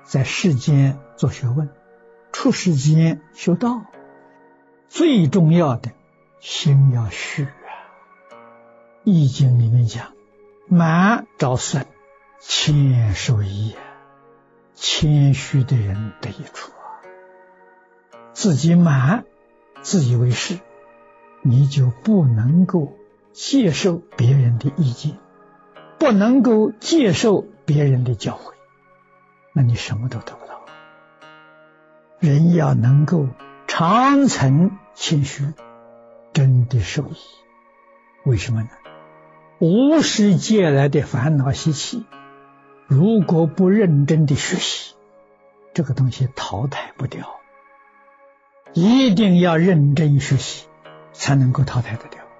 在世间做学问，出世间修道，最重要的心要虚啊。易经里面讲，满招损，谦受益啊。谦虚的人得益处啊。自己满，自以为是，你就不能够接受别人的意见，不能够接受别人的教诲，那你什么都得不到。人要能够常存谦虚，真的受益。为什么呢？无始借来的烦恼习气，如果不认真的学习，这个东西淘汰不掉，一定要认真学习才能够淘汰得掉。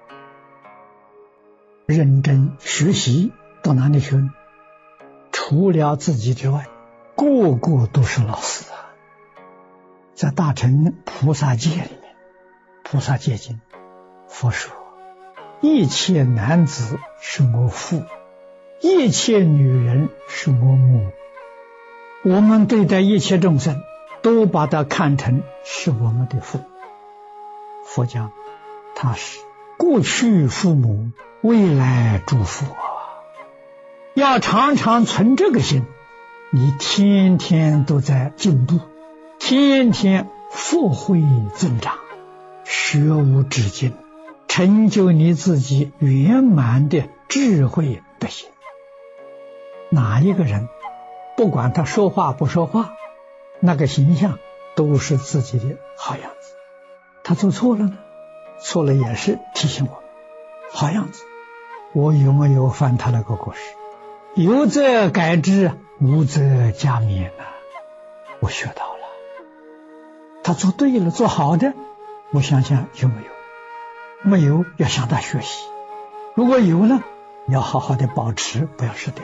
认真学习到哪里去呢？除了自己之外，个个都是老师啊。在大乘菩萨戒里面，菩萨戒经，佛说一切男子是我父，一切女人是我母。我们对待一切众生，都把它看成是我们的父。佛讲他是过去父母，未来诸佛啊。要常常存这个心，你天天都在进步，天天福慧增长，学无止境，成就你自己圆满的智慧德行。哪一个人不管他说话不说话，那个形象都是自己的好样子。他做错了呢，错了也是提醒我们好样子。我有没有犯他那个过失？有则改之，无则加勉啊。我学到了。他做对了，做好的，我想想有没有？没有，要向他学习。如果有呢，要好好的保持，不要失掉。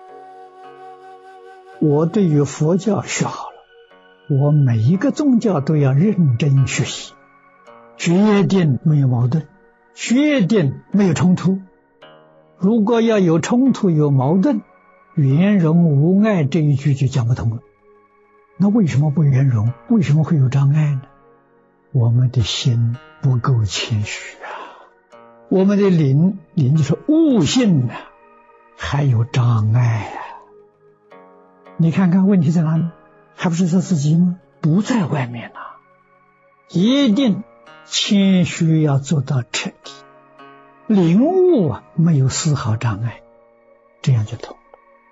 我对于佛教学好了，我每一个宗教都要认真学习，决定没有矛盾，决定没有冲突。如果要有冲突有矛盾，圆融无碍这一句就讲不通了。那为什么不圆融？为什么会有障碍呢？我们的心不够谦虚啊，我们的灵就是悟性啊，还有障碍啊。你看看问题在哪里？还不是在自己吗？不在外面啊。一定谦虚要做到彻底，领悟啊，没有丝毫障碍，这样就通了。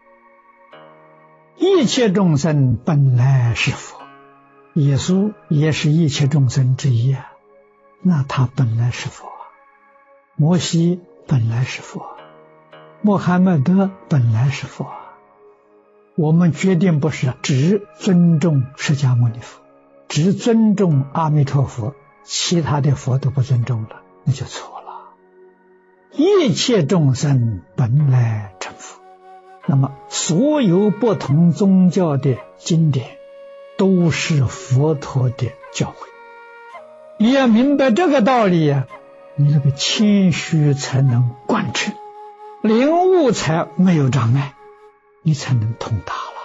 一切众生本来是佛，耶稣也是一切众生之一啊，那他本来是佛啊。摩西本来是佛，穆罕默德本来是佛啊。我们决定不是只尊重释迦牟尼佛，只尊重阿弥陀佛，其他的佛都不尊重了，那就错了。一切众生本来成佛，那么所有不同宗教的经典都是佛陀的教诲。你要明白这个道理啊，你那个谦虚才能贯彻，领悟才没有障碍，你才能通达了。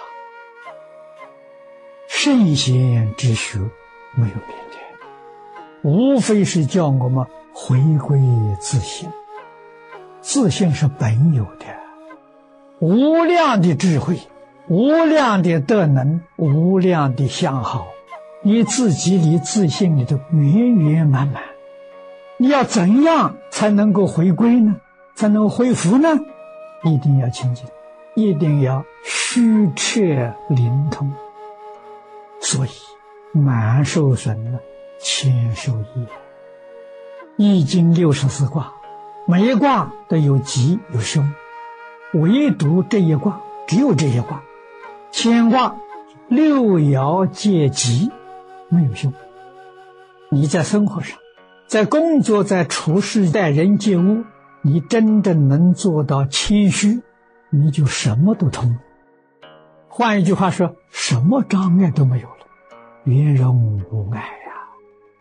圣贤之学没有偏见，无非是叫我们回归自信。自信是本有的，无量的智慧，无量的德能，无量的相好，你自己里自信里头圆圆满满。你要怎样才能够回归呢？才能恢复呢？一定要清净，一定要虚彻灵通。所以满受损了，谦受益。易经64卦，每一卦都有吉有凶，唯独这一卦，只有这一卦，乾卦六爻皆吉，没有凶。你在生活上，在工作，在处事，待人接物，你真正能做到谦虚，你就什么都通。换一句话说，什么障碍都没有了，圆融无碍啊。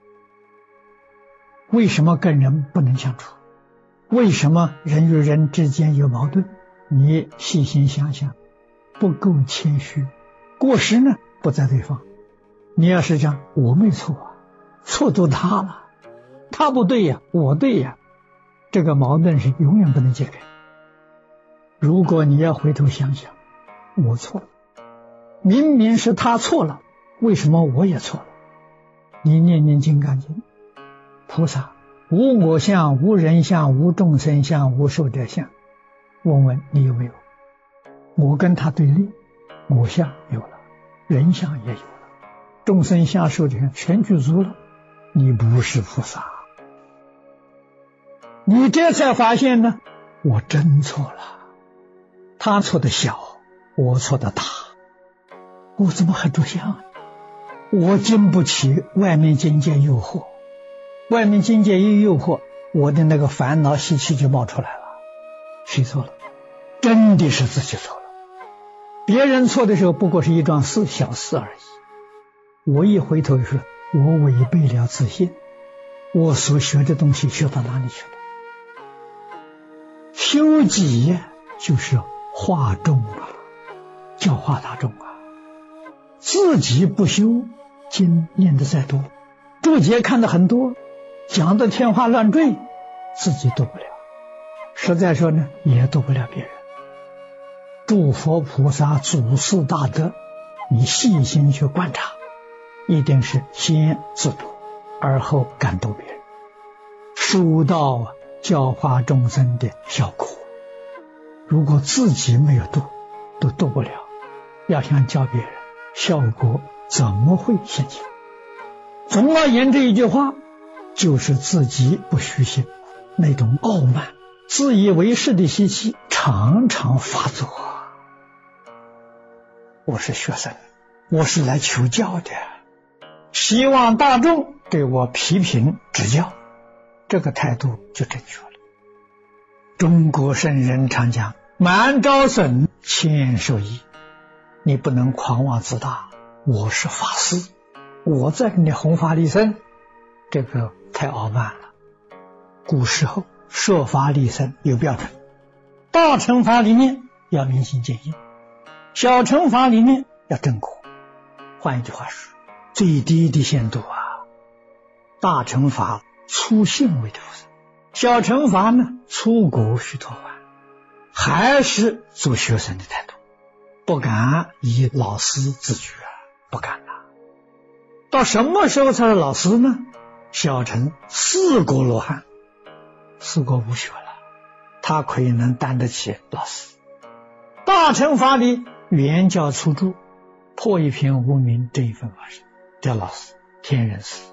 为什么跟人不能相处？为什么人与人之间有矛盾？你细心想想，不够谦虚， 过失呢不在对方。你要是讲我没错啊，错都他了，他不对呀，我对呀，这个矛盾是永远不能解开。如果你要回头想想，我错了，明明是他错了，为什么我也错了？你念念金刚经，菩萨无我相、无人相、无众生相、无寿者相，问问你有没有？我跟他对立，我相有了，人相也有了，众生相、寿者相全具足了，你不是菩萨。你这才发现呢，我真错了，他错的小，我错的大，我怎么还着相啊？我经不起外面境界诱惑，外面境界一诱惑，我的那个烦恼习气就冒出来了。谁错了？真的是自己错了。别人错的时候不过是一桩事，小事而已。我一回头说，我违背了自信，我所学的东西学到哪里去了？修己就是化众啊，教化大众啊。自己不修，经念得再多，注解看得很多，讲得天花乱坠，自己度不了，实在说呢也度不了别人。诸佛菩萨祖师大德，你细心去观察，一定是先自度，而后感度别人，收到教化众生的效果。如果自己没有度，都度不了，要想教别人，效果怎么会现前？总而言之一句话，就是自己不虚心，那种傲慢、自以为是的习气常常发作。我是学生，我是来求教的，希望大众对我批评指教，这个态度就正确了。中国圣人常讲，满招损，谦受益。你不能狂妄自大，我是法师，我在给你弘法利生，这个太傲慢了。古时候说法利生有标准，大乘法里面要明心见性，小乘法里面要正果。换一句话说，最低的限度啊，大乘法粗信为的菩萨，小乘法呢粗果须陀洹，还是做学生的态度，不敢以老师自居啊，不敢啊。到什么时候才是老师呢？小乘四果罗汉，四果无学了，他可以能担得起老师。大乘法里原教初住，破一品无名这一份法师叫老师，天人师。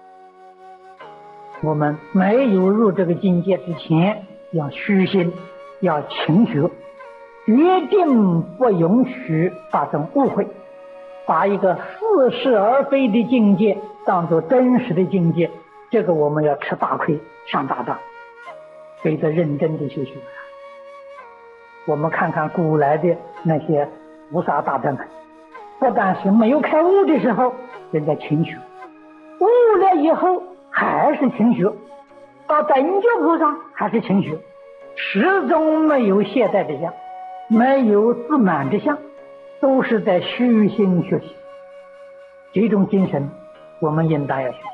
我们没有入这个境界之前，要虚心，要勤学，决定不允许发生误会，把一个似是而非的境界当作真实的境界，这个我们要吃大亏，上大当，非得认真的修学。我们看看古来的那些菩萨大德们，不但是没有开悟的时候人家勤学，悟了以后还是勤学，到等觉菩萨还是勤学，始终没有懈怠的相，没有自满的相，都是在虚心学习。这种精神我们应当要学习。